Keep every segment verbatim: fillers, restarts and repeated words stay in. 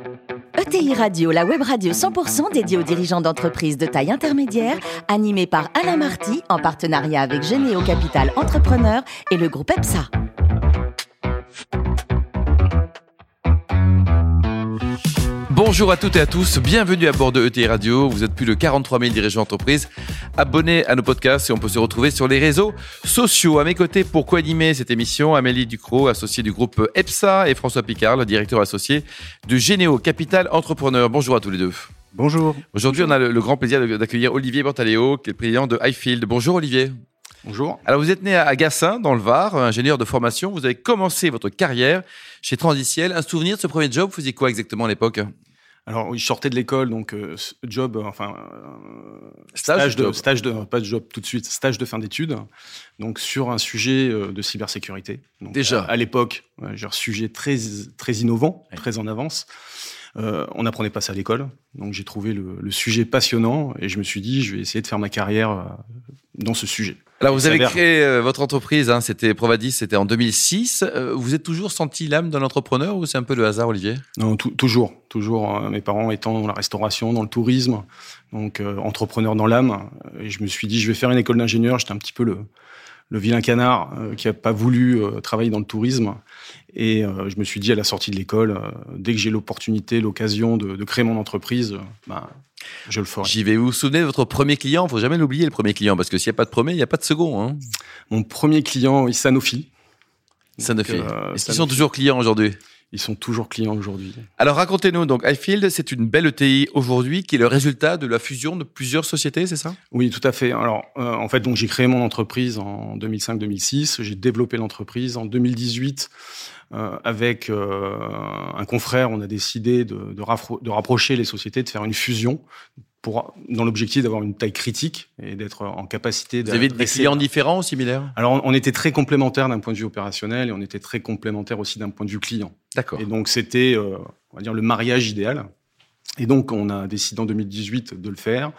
E T I Radio, la web radio cent pour cent dédiée aux dirigeants d'entreprises de taille intermédiaire, animée par Alain Marty, en partenariat avec Généo Capital Entrepreneur et le groupe EPSA. Bonjour à toutes et à tous, bienvenue à bord de E T I Radio. Vous êtes plus de quarante-trois mille dirigeants d'entreprise abonnés à nos podcasts et on peut se retrouver sur les réseaux sociaux. À mes côtés pour co-animer cette émission, Amélie Ducrot, associée du groupe EPSA, et François Picard, le directeur associé de Généo Capital Entrepreneur. Bonjour à tous les deux. Bonjour. Aujourd'hui, Bonjour. on a le, le grand plaisir d'accueillir Olivier Bortaléo, qui est le président de Highfield. Bonjour Olivier. Bonjour. Alors vous êtes né à Gassin, dans le Var, ingénieur de formation. Vous avez commencé votre carrière chez Transiciel. Un souvenir de ce premier job, vous faisiez quoi exactement à l'époque ? Alors, oui, je sortais de l'école, donc euh, job, euh, enfin euh, Stage, stage, de, job. stage de, pas de job tout de suite, stage de fin d'études, donc sur un sujet euh, de cybersécurité. Donc, Déjà. à, à l'époque, euh, genre sujet très très innovant, ouais. très en avance. Euh, on n'apprenait pas ça à l'école, donc j'ai trouvé le, le sujet passionnant et je me suis dit, je vais essayer de faire ma carrière euh, dans ce sujet. Alors, vous Et avez s'avère... créé euh, votre entreprise, hein, c'était Provadis, c'était en deux mille six. Euh, vous êtes toujours senti l'âme d'un entrepreneur ou c'est un peu le hasard, Olivier ? Non, t- toujours, toujours. Euh, mes parents étant dans la restauration, dans le tourisme, donc euh, entrepreneur dans l'âme. Et je me suis dit, je vais faire une école d'ingénieur. J'étais un petit peu le, le vilain canard euh, qui a pas voulu euh, travailler dans le tourisme. Et euh, je me suis dit, à la sortie de l'école, euh, dès que j'ai l'opportunité, l'occasion de, de créer mon entreprise, euh, ben, je le ferai. J'y vais. Vous vous souvenez de votre premier client ? Il ne faut jamais l'oublier, le premier client, parce que s'il n'y a pas de premier, il n'y a pas de second. Hein. Mon premier client, oui, Sanofi. Sanofi. Donc, euh, Est-ce qu'ils Sanofi. sont toujours clients aujourd'hui ? Ils sont toujours clients aujourd'hui. Alors racontez-nous, donc Highfield, c'est une belle E T I aujourd'hui qui est le résultat de la fusion de plusieurs sociétés, c'est ça ? Oui, tout à fait. Alors, euh, en fait, donc j'ai créé mon entreprise en deux mille cinq deux mille six. J'ai développé l'entreprise en deux mille dix-huit. Euh, avec euh, un confrère, on a décidé de, de, raffro- de rapprocher les sociétés, de faire une fusion pour, dans l'objectif d'avoir une taille critique et d'être en capacité Vous avez des clients différents ou similaires ? Alors, on était très complémentaires d'un point de vue opérationnel et on était très complémentaires aussi d'un point de vue client. D'accord. Et donc, c'était, euh, on va dire, le mariage idéal. Et donc, on a décidé en deux mille dix-huit de le faire.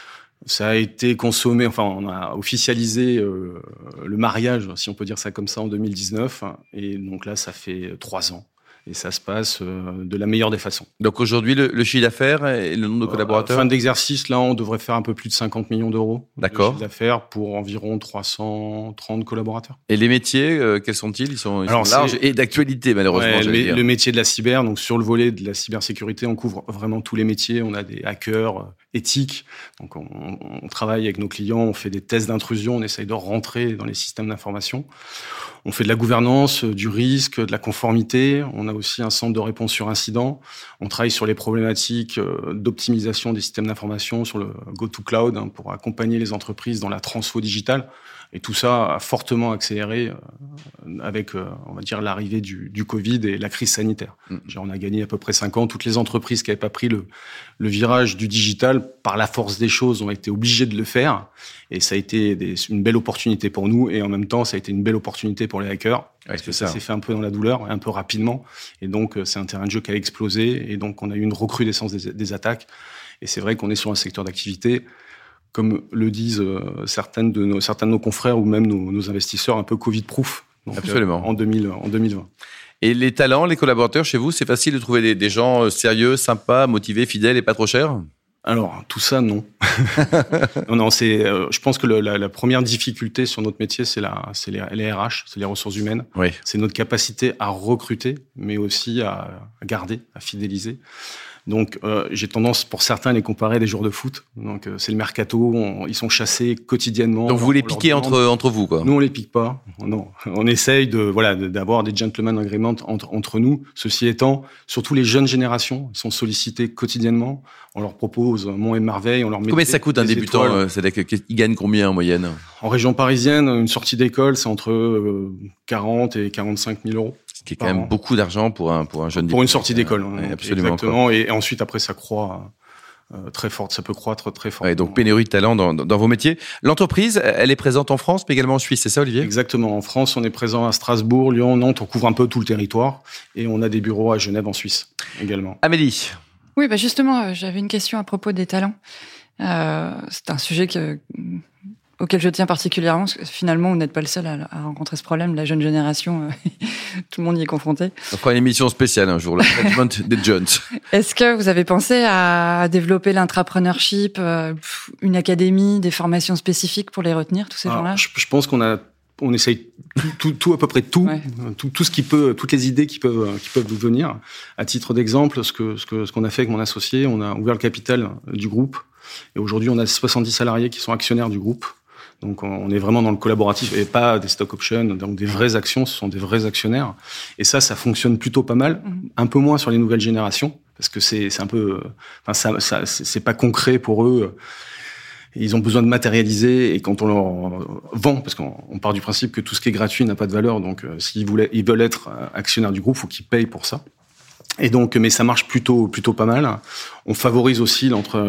Ça a été consommé, enfin, on a officialisé euh, le mariage, si on peut dire ça comme ça, en deux mille dix-neuf. Et donc là, ça fait trois ans. Et ça se passe euh, de la meilleure des façons. Donc aujourd'hui, le, le chiffre d'affaires et le nombre de collaborateurs ? euh, Fin d'exercice, là, on devrait faire un peu plus de cinquante millions d'euros. D'accord. De chiffre d'affaires pour environ trois cent trente collaborateurs. Et les métiers, euh, quels sont-ils ? Ils sont, ils Alors, sont larges et d'actualité, malheureusement. Ouais, j'allais le, dire. le métier de la cyber, donc sur le volet de la cybersécurité, on couvre vraiment tous les métiers. On a des hackers euh, éthiques. Donc, on, on travaille avec nos clients, on fait des tests d'intrusion, on essaye de rentrer dans les systèmes d'information. On fait de la gouvernance, du risque, de la conformité. On a aussi un centre de réponse sur incident. On travaille sur les problématiques d'optimisation des systèmes d'information, sur le go-to-cloud, hein, pour accompagner les entreprises dans la transfo digitale. Et tout ça a fortement accéléré euh, avec, euh, on va dire, l'arrivée du, du Covid et la crise sanitaire. Mmh. Genre, on a gagné à peu près cinq ans. Toutes les entreprises qui n'avaient pas pris le, le virage du digital, par la force des choses, ont été obligées de le faire. Et ça a été des, une belle opportunité pour nous. Et en même temps, ça a été une belle opportunité pour les hackers. Ouais, parce que ça, ça s'est fait un peu dans la douleur, un peu rapidement. Et donc, c'est un terrain de jeu qui a explosé. Et donc, on a eu une recrudescence des, des attaques. Et c'est vrai qu'on est sur un secteur d'activité, comme le disent euh, certaines de nos, certains de nos confrères ou même nos, nos investisseurs, un peu Covid-proof. Donc, absolument. Euh, en, deux mille, en deux mille vingt. Et les talents, les collaborateurs chez vous, c'est facile de trouver des, des gens sérieux, sympas, motivés, fidèles et pas trop chers ? Alors, tout ça, non. non, non, c'est, euh, je pense que le, la, la première difficulté sur notre métier, c'est, la, c'est les, les R H, c'est les ressources humaines. Oui. C'est notre capacité à recruter, mais aussi à, à garder, à fidéliser. Donc, euh, j'ai tendance, pour certains, à les comparer à des joueurs de foot. Donc, euh, c'est le mercato, on, ils sont chassés quotidiennement. Donc, vous les piquez entre, entre vous, quoi. Nous, on les pique pas. Non. On essaye de, voilà, d'avoir des gentlemen agreements entre, entre nous. Ceci étant, surtout les jeunes générations sont sollicitées quotidiennement. On leur propose Mont et Merveille, on leur met. Combien ça coûte un débutant euh, C'est-à-dire qu'il gagne combien en moyenne ? En région parisienne, une sortie d'école, c'est entre euh, quarante et quarante-cinq mille euros. Ce qui est quand même an. beaucoup d'argent pour un, pour un jeune Pour une sortie d'école, hein, donc, absolument. Exactement. Et, et ensuite, après, ça croît euh, très fort. Ça peut croître très fort. Ouais, donc, pénurie de talent dans, dans, dans vos métiers. L'entreprise, elle est présente en France, mais également en Suisse, c'est ça, Olivier ? Exactement. En France, on est présent à Strasbourg, Lyon, Nantes. On couvre un peu tout le territoire. Et on a des bureaux à Genève, en Suisse, également. Amélie ? Oui, bah justement, j'avais une question à propos des talents. Euh, c'est un sujet que... auquel je tiens particulièrement, parce que finalement, vous n'êtes pas le seul à, à rencontrer ce problème. La jeune génération, euh, tout le monde y est confronté. On fera une émission spéciale un jour, le management des jeunes. Est-ce que vous avez pensé à développer l'intrapreneurship, euh, une académie, des formations spécifiques pour les retenir, tous ces Alors, gens-là? je, je pense qu'on a, on essaye tout, tout, tout à peu près tout, ouais. tout, tout ce qui peut, toutes les idées qui peuvent, qui peuvent nous venir. À titre d'exemple, ce que, ce que, ce qu'on a fait avec mon associé, on a ouvert le capital du groupe. Et aujourd'hui, on a soixante-dix salariés qui sont actionnaires du groupe. Donc, on est vraiment dans le collaboratif et pas des stock options, donc des vraies actions, ce sont des vrais actionnaires. Et ça, ça fonctionne plutôt pas mal. Mmh. Un peu moins sur les nouvelles générations, parce que c'est, c'est un peu, enfin, ça, ça, c'est pas concret pour eux. Ils ont besoin de matérialiser, et quand on leur vend, parce qu'on on part du principe que tout ce qui est gratuit n'a pas de valeur, donc euh, s'ils voulaient, ils veulent être actionnaires du groupe, faut qu'ils payent pour ça. Et donc, mais ça marche plutôt, plutôt pas mal. On favorise aussi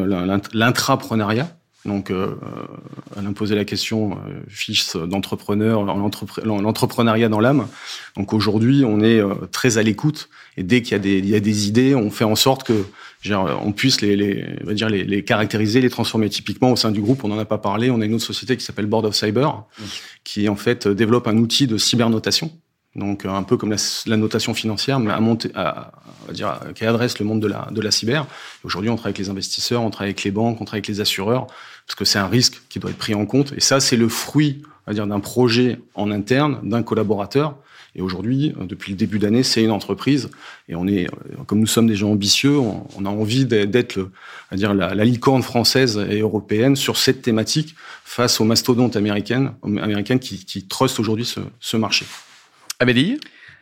l'intrapreneuriat. Donc, euh, elle me posait la question, euh, fils d'entrepreneur, l'entrepreneuriat dans l'âme. Donc aujourd'hui, on est euh, très à l'écoute, et dès qu'il y a des, il y a des idées, on fait en sorte que, genre, on puisse les, les, on va dire les, les caractériser, les transformer. Typiquement, au sein du groupe, on n'en a pas parlé, on a une autre société qui s'appelle Board of Cyber, mmh. qui en fait développe un outil de cybernotation. Donc un peu comme la, la notation financière, mais à monter, à, on va dire, qui adresse le monde de la de la cyber. Aujourd'hui, on travaille avec les investisseurs, on travaille avec les banques, on travaille avec les assureurs, parce que c'est un risque qui doit être pris en compte. Et ça, c'est le fruit, on va dire, d'un projet en interne, d'un collaborateur. Et aujourd'hui, depuis le début d'année, c'est une entreprise. Et on est, comme nous sommes des gens ambitieux, on, on a envie d'être, le, on va dire, la, la licorne française et européenne sur cette thématique face aux mastodontes américaines, américaines qui, qui trustent aujourd'hui ce, ce marché. Amélie ?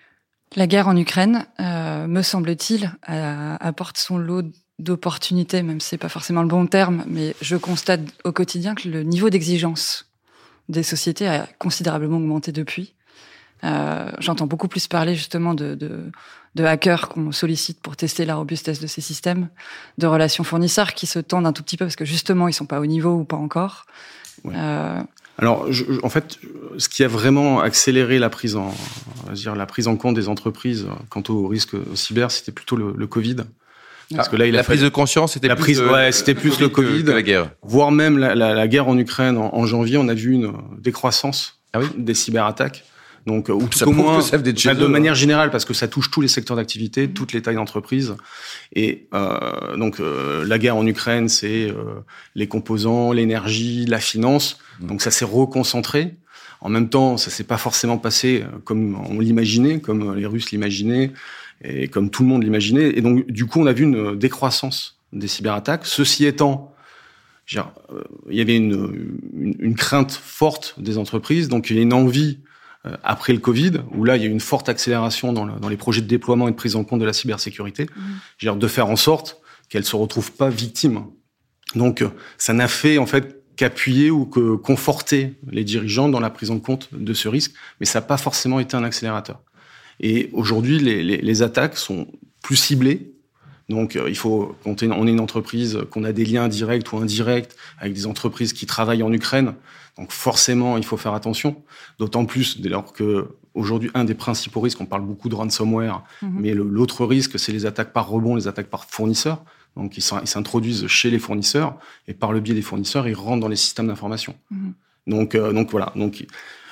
La guerre en Ukraine, euh, me semble-t-il, euh, apporte son lot d'opportunités, même si c'est pas forcément le bon terme, mais je constate au quotidien que le niveau d'exigence des sociétés a considérablement augmenté depuis. Euh, j'entends beaucoup plus parler justement de, de, de hackers qu'on sollicite pour tester la robustesse de ces systèmes, de relations fournisseurs qui se tendent un tout petit peu parce que justement ils sont pas au niveau ou pas encore. Ouais. Euh, Alors, je, en fait, ce qui a vraiment accéléré la prise en, on va dire, la prise en compte des entreprises quant au risque cyber, c'était plutôt le, le Covid. Parce que là, il a la prise de conscience, c'était la plus, prise, le, ouais, c'était plus le Covid, que, que la guerre. Voire même la, la, la guerre en Ukraine en, en janvier, on a vu une décroissance ah oui des cyberattaques. Donc, ou tout ça au moins, ça de, de manière générale, parce que ça touche tous les secteurs d'activité, mmh. toutes les tailles d'entreprise. Et euh, donc, euh, la guerre en Ukraine, c'est euh, les composants, l'énergie, la finance. Mmh. Donc, ça s'est reconcentré. En même temps, ça s'est pas forcément passé comme on l'imaginait, comme les Russes l'imaginaient, et comme tout le monde l'imaginait. Et donc, du coup, on a vu une décroissance des cyberattaques. Ceci étant, il y avait une, une, une crainte forte des entreprises. Donc, il y a une envie après le Covid, où là, il y a eu une forte accélération dans, le, dans les projets de déploiement et de prise en compte de la cybersécurité, mmh. de faire en sorte qu'elles ne se retrouvent pas victimes. Donc, ça n'a fait, en fait, qu'appuyer ou que conforter les dirigeants dans la prise en compte de ce risque, mais ça n'a pas forcément été un accélérateur. Et aujourd'hui, les, les, les attaques sont plus ciblées. Donc, il faut, quand on est une entreprise, qu'on a des liens directs ou indirects avec des entreprises qui travaillent en Ukraine, donc forcément, il faut faire attention. D'autant plus dès lors que aujourd'hui, un des principaux risques, on parle beaucoup de ransomware, mmh. mais le, l'autre risque, c'est les attaques par rebond, les attaques par fournisseurs. Donc, ils s'introduisent chez les fournisseurs et par le biais des fournisseurs, ils rentrent dans les systèmes d'information. Mmh. Donc, euh, donc voilà. Donc,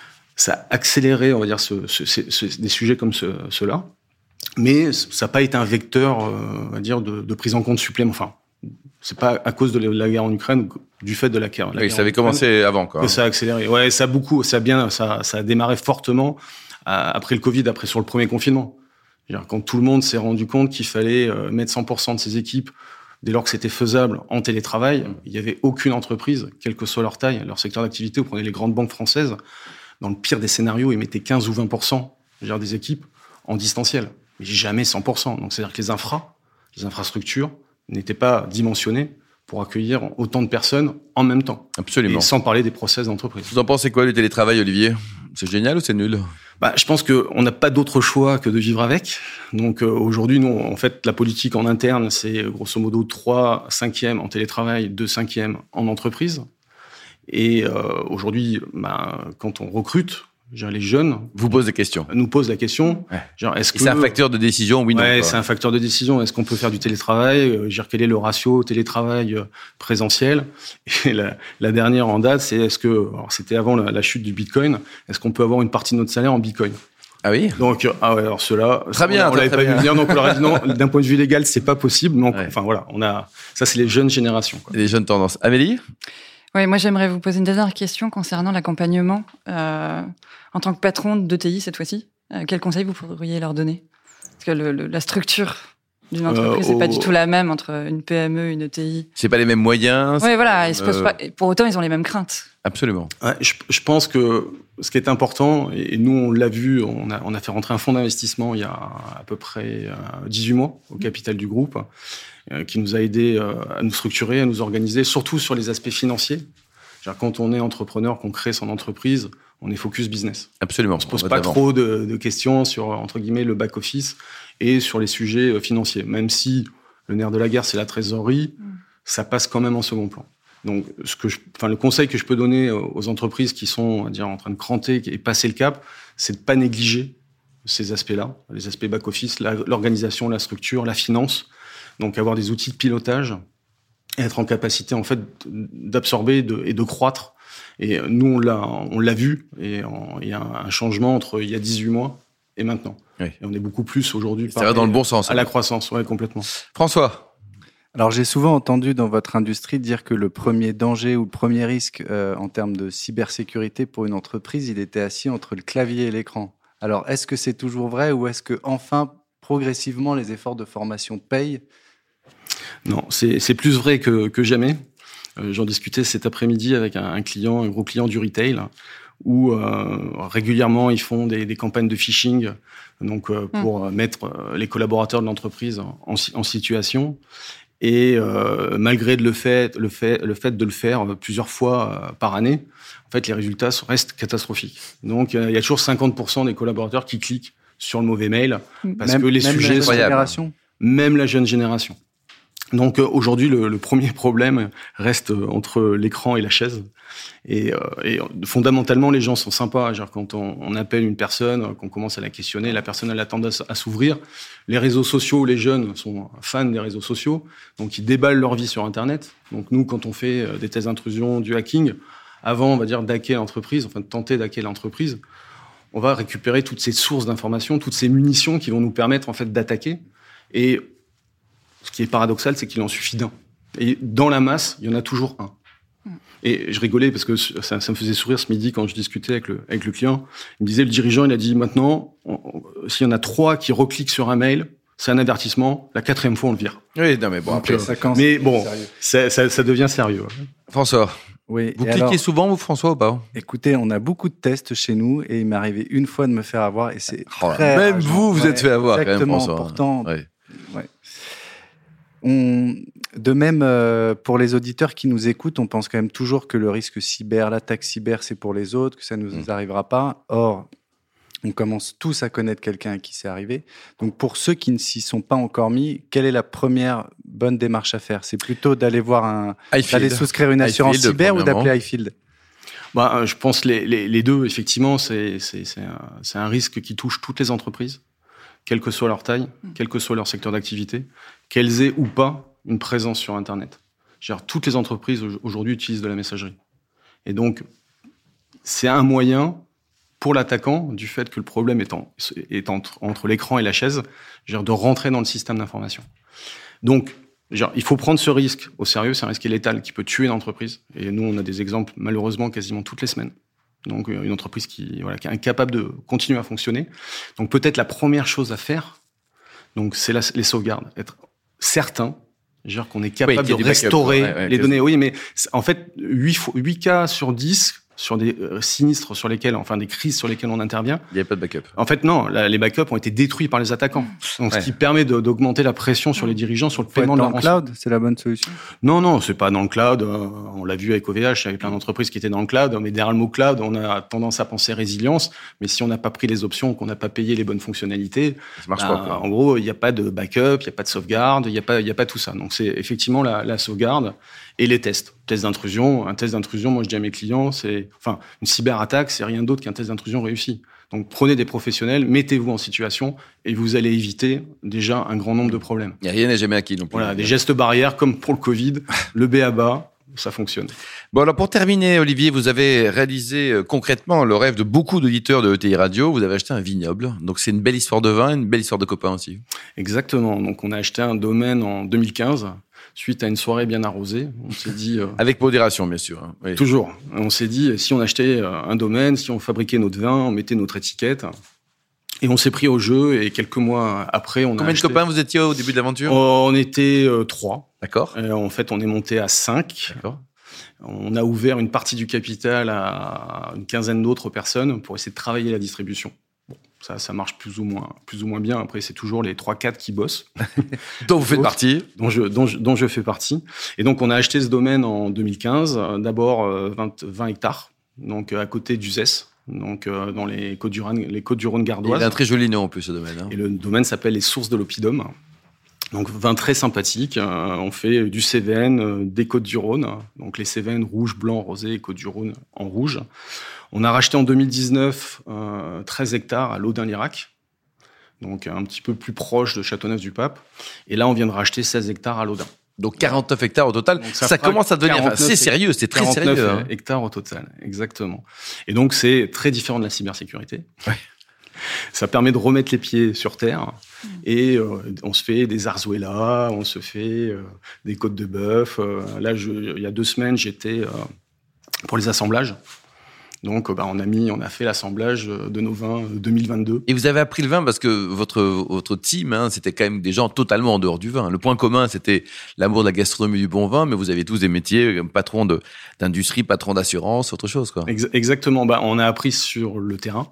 ça a accéléré, on va dire, ce, ce, ce, ce, des sujets comme ce, ceux-là. Mais ça n'a pas été un vecteur, euh, on va dire, de, de prise en compte supplémentaire. Enfin, c'est pas à cause de la guerre en Ukraine ou du fait de la guerre. La oui, guerre ça avait commencé avant, quoi. Que ça a accéléré. Ouais, ça a beaucoup, ça a bien, ça, ça a démarré fortement à, après le Covid, après sur le premier confinement. C'est-à-dire, quand tout le monde s'est rendu compte qu'il fallait euh, mettre cent pour cent de ses équipes, dès lors que c'était faisable, en télétravail, mmh. il y avait aucune entreprise, quelle que soit leur taille, leur secteur d'activité. Vous prenez les grandes banques françaises, dans le pire des scénarios, ils mettaient quinze ou vingt pour cent dire, des équipes en distanciel. Mais jamais cent pour cent. Donc, c'est-à-dire que les infras, les infrastructures n'étaient pas dimensionnées pour accueillir autant de personnes en même temps. Absolument. Et sans parler des process d'entreprise. Vous en pensez quoi, le télétravail, Olivier ? C'est génial ou c'est nul ? Bah, je pense qu'on n'a pas d'autre choix que de vivre avec. Donc, euh, aujourd'hui, nous, en fait, la politique en interne, c'est grosso modo trois cinquièmes en télétravail, deux cinquièmes en entreprise. Et euh, aujourd'hui, bah, quand on recrute, Genre, les jeunes vous posent des questions. Nous posent la question. Ouais. Genre, est-ce Et que c'est un facteur de décision, oui, non. Ouais, quoi. c'est un facteur de décision. Est-ce qu'on peut faire du télétravail? euh, Genre, quel est le ratio télétravail euh, présentiel? Et la, la dernière en date, c'est est-ce que, alors c'était avant la, la chute du Bitcoin, est-ce qu'on peut avoir une partie de notre salaire en Bitcoin? Ah oui. Donc, euh, ah ouais, alors ceux-là, Très bien, on, on l'avait très pas bien. vu venir, donc on leur a dit non, d'un point de vue légal, c'est pas possible. Donc, Ouais. enfin voilà, on a, ça c'est les jeunes générations, quoi. Les jeunes tendances. Amélie? Oui, moi j'aimerais vous poser une dernière question concernant l'accompagnement euh, en tant que patron d'E T I cette fois-ci. Euh, quel conseil vous pourriez leur donner? Parce que le, le, la structure d'une entreprise Euh, c'est pas au- du tout la même entre une P M E, une E T I. C'est pas les mêmes moyens. Oui, voilà, ils se posent Euh, pas. et Pour autant, ils ont les mêmes craintes. Absolument. Ouais, je, je pense que ce qui est important, et nous on l'a vu, on a, on a fait rentrer un fonds d'investissement il y a à peu près euh, dix-huit mois au capital du groupe, euh, qui nous a aidé euh, à nous structurer, à nous organiser, surtout sur les aspects financiers. Genre, quand on est entrepreneur, qu'on crée son entreprise, on est focus business. Absolument. On se pose va pas d'avant. trop de, de questions sur, entre guillemets, le back-office et sur les sujets euh, financiers. Même si le nerf de la guerre, c'est la trésorerie, Mm. ça passe quand même en second plan. Donc, ce que je, enfin, le conseil que je peux donner aux entreprises qui sont, on va dire, en train de cranter et passer le cap, c'est de pas négliger ces aspects-là, les aspects back-office, la- l'organisation, la structure, la finance. Donc, avoir des outils de pilotage et être en capacité, en fait, d'absorber et de, et de croître. Et nous, on l'a, on l'a vu, et en- il y a un changement entre il y a dix-huit mois et maintenant. Oui. Et on est beaucoup plus aujourd'hui Ça va dans le bon sens. à la croissance, ouais, complètement. François? Alors, j'ai souvent entendu dans votre industrie dire que le premier danger ou le premier risque euh, en termes de cybersécurité pour une entreprise, il était assis entre le clavier et l'écran. Alors, est-ce que c'est toujours vrai ou est-ce que enfin, progressivement, les efforts de formation payent? Non, c'est, c'est plus vrai que, que jamais. Euh, j'en discutais cet après-midi avec un, un client, un gros client du retail, où euh, régulièrement ils font des, des campagnes de phishing, donc euh, pour mmh. mettre euh, les collaborateurs de l'entreprise en, en, en situation. Et euh, malgré le fait, le fait, le fait de le faire plusieurs fois euh, par année, en fait, les résultats restent catastrophiques. Donc, euh, il y a toujours cinquante pour cent des collaborateurs qui cliquent sur le mauvais mail parce même, que les même sujets la sont génération. Même la jeune génération. Donc euh, aujourd'hui, le, le premier problème reste euh, entre l'écran et la chaise. Et, euh, et fondamentalement, les gens sont sympas. Genre, quand on, on appelle une personne, qu'on commence à la questionner, la personne elle a tendance à, à s'ouvrir. Les réseaux sociaux, les jeunes sont fans des réseaux sociaux, donc ils déballent leur vie sur Internet. Donc nous, quand on fait des tests d'intrusion, du hacking, avant, on va dire, d'hacker l'entreprise, enfin de tenter d'hacker l'entreprise, on va récupérer toutes ces sources d'informations, toutes ces munitions qui vont nous permettre en fait d'attaquer. Et ce qui est paradoxal, c'est qu'il en suffit d'un. Et dans la masse, il y en a toujours un. Et je rigolais parce que ça, ça me faisait sourire ce midi quand je discutais avec le, avec le client. Il me disait, le dirigeant, il a dit, maintenant, on, on, s'il y en a trois qui recliquent sur un mail, c'est un avertissement. La quatrième fois, on le vire. Oui, non, mais bon, Donc, après, euh, ça commence mais à être bon, sérieux. ça, ça, ça devient sérieux. François, Oui. vous et cliquez alors, souvent, vous, François, ou pas? écoutez, on a beaucoup de tests chez nous et il m'est arrivé une fois de me faire avoir et c'est Oh là, très même rageant. vous, vous Ouais, êtes fait avoir, quand même, exactement, François. Pourtant, Ouais. ouais. On, de même, euh, pour les auditeurs qui nous écoutent, on pense quand même toujours que le risque cyber, l'attaque cyber, c'est pour les autres, que ça ne nous Mmh. arrivera pas. Or, on commence tous à connaître quelqu'un à qui c'est arrivé. Donc, pour ceux qui ne s'y sont pas encore mis, quelle est la première bonne démarche à faire? C'est plutôt d'aller voir un, iField. d'aller souscrire une assurance iField, cyber ou premièrement. d'appeler iField? Bah, je pense les, les, les deux, effectivement, c'est, c'est, c'est, un, c'est un risque qui touche toutes les entreprises, quelle que soit leur taille, quel que soit leur secteur d'activité, qu'elles aient ou pas une présence sur Internet. Genre, toutes les entreprises aujourd'hui utilisent de la messagerie. Et donc, c'est un moyen pour l'attaquant, du fait que le problème est, en, est entre, entre l'écran et la chaise, genre de rentrer dans le système d'information. Donc, genre, il faut prendre ce risque au sérieux, c'est un risque létal qui peut tuer une entreprise. Et nous, on a des exemples, malheureusement, quasiment toutes les semaines. Donc, une entreprise qui, voilà, qui est incapable de continuer à fonctionner. Donc, peut-être la première chose à faire, donc, c'est la, les sauvegardes. Être certain, genre, qu'on est capable Oui, de restaurer backup, ouais, ouais, les que... données. Oui, mais en fait, huit cas sur dix, sur des sinistres sur lesquels, enfin des crises sur lesquelles on intervient. Il n'y a pas de backup. En fait, non, la, les backups ont été détruits par les attaquants. Donc, ouais. ce qui permet de, d'augmenter la pression sur les dirigeants, sur le Faut paiement être de dans leur le cloud, c'est la bonne solution. Non, non, c'est pas dans le cloud. Euh, on l'a vu avec O V H, il y avait plein d'entreprises qui étaient dans le cloud. Mais derrière le mot cloud, on a tendance à penser résilience. Mais si on n'a pas pris les options, qu'on n'a pas payé les bonnes fonctionnalités, Ça marche bah, pas, quoi. en gros, il n'y a pas de backup, il n'y a pas de sauvegarde, il n'y a pas, il y a pas tout ça. Donc, c'est effectivement la, la sauvegarde et les tests. Test d'intrusion, un test d'intrusion, moi je dis à mes clients, c'est, enfin, une cyberattaque, c'est rien d'autre qu'un test d'intrusion réussi. Donc prenez des professionnels, mettez-vous en situation et vous allez éviter déjà un grand nombre de problèmes. Et rien n'est jamais acquis non plus. Voilà, des gestes barrières comme pour le Covid, le B A B A, ça fonctionne. Bon, alors pour terminer, Olivier, vous avez réalisé euh, concrètement le rêve de beaucoup d'auditeurs de E T I Radio. Vous avez acheté un vignoble. Donc c'est une belle histoire de vin, une belle histoire de copains aussi. Exactement. Donc on a acheté un domaine en deux mille quinze. Suite à une soirée bien arrosée, on s'est dit... Euh, Avec modération, bien sûr. Hein. Oui. Toujours. On s'est dit, si on achetait un domaine, si on fabriquait notre vin, on mettait notre étiquette. Et on s'est pris au jeu, et quelques mois après, on Combien a acheté... de copains vous étiez au début de l'aventure ? Oh, on était euh, trois. D'accord. Euh, en fait, on est monté à cinq. D'accord. On a ouvert une partie du capital à une quinzaine d'autres personnes pour essayer de travailler la distribution. Bon, ça, ça marche plus ou moins, plus ou moins bien. Après, c'est toujours les trois quatre qui bossent. Dont vous faites partie. Dont je, dont, je, dont je fais partie. Et donc, on a acheté ce domaine en deux mille quinze. D'abord, vingt, vingt hectares, donc à côté d'Uzès, donc euh, dans les Côtes-du-Rhône, les Côtes-du-Rhône gardoises. Il a un très joli nom en plus, ce domaine. Hein. Et le domaine s'appelle les Sources de l'Oppidum. Donc, vin très sympathique. Euh, on fait du Cévennes, euh, des Côtes-du-Rhône. Donc, les Cévennes rouge, blanc, rosé, et Côtes-du-Rhône en rouge. On a racheté en deux mille dix-neuf euh, treize hectares à Laudun-Lirac. Donc, un petit peu plus proche de Châteauneuf-du-Pape. Et là, on vient de racheter seize hectares à Laudun. Donc, quarante-neuf hectares au total. Donc, ça ça commence à devenir... Enfin, c'est sérieux, c'est très quarante-neuf sérieux. Hein. hectares au total, exactement. Et donc, c'est très différent de la cybersécurité. Ouais. Ça permet de remettre les pieds sur terre. Et euh, on se fait des zarzuelas, on se fait euh, des côtes de bœuf. Euh, là, je, il y a deux semaines, j'étais euh, pour les assemblages. Donc, bah, on a mis, on a fait l'assemblage de nos vins deux mille vingt-deux. Et vous avez appris le vin parce que votre votre team, hein, c'était quand même des gens totalement en dehors du vin. Le point commun, c'était l'amour de la gastronomie du bon vin, mais vous avez tous des métiers, comme patron de d'industrie, patron d'assurance, autre chose, quoi. Ex- exactement. Bah, on a appris sur le terrain.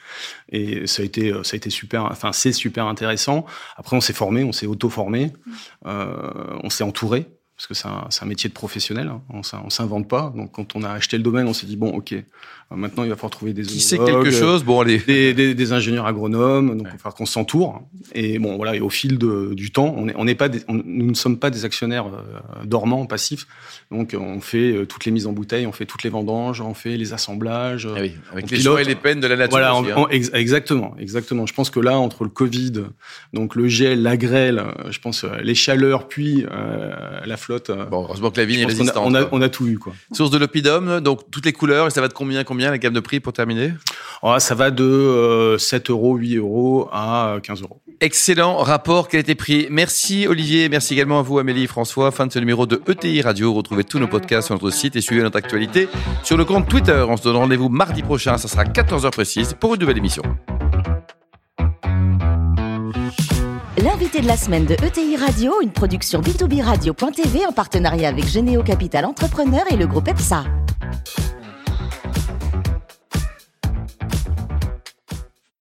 Et ça a été, ça a été super, enfin, c'est super intéressant. Après, on s'est formé, on s'est auto-formé, euh, on s'est entouré, parce que c'est un, c'est un métier de professionnel, hein. On ne s'invente pas. Donc, quand on a acheté le domaine, on s'est dit, bon, OK, maintenant, il va falloir trouver des Qui sait quelque chose, bon, allez. Des, des, des ingénieurs agronomes, donc ouais. Il va falloir qu'on s'entoure. Et bon, voilà, et au fil de, du temps, on est, on n'est pas des, on, nous ne sommes pas des actionnaires euh, dormants, passifs. Donc, on fait euh, toutes les mises en bouteille, on fait toutes les vendanges, on fait les assemblages. Ah oui, avec les joies et les peines de la nature. Voilà, aussi, on, hein. on, ex- exactement, exactement. Je pense que là, entre le Covid, donc le gel, la grêle, je pense les chaleurs, puis euh, la flotte. Bon, heureusement que la vigne est résistante. On a, on, a, on a tout eu, quoi. Source de l'Oppidum, donc toutes les couleurs, et ça va de combien, combien la gamme de prix pour terminer? Oh, ça va de euh, sept euros, huit euros à quinze euros. Excellent rapport qualité-prix. Merci Olivier, merci également à vous Amélie, François. Fin de ce numéro de E T I Radio. Retrouvez tous nos podcasts sur notre site et suivez notre actualité sur le compte Twitter. On se donne rendez-vous mardi prochain, ça sera quatorze heures précise pour une nouvelle émission. L'invité de la semaine de E T I Radio, une production B deux B radio point T V en partenariat avec Généo Capital Entrepreneur et le groupe EPSA.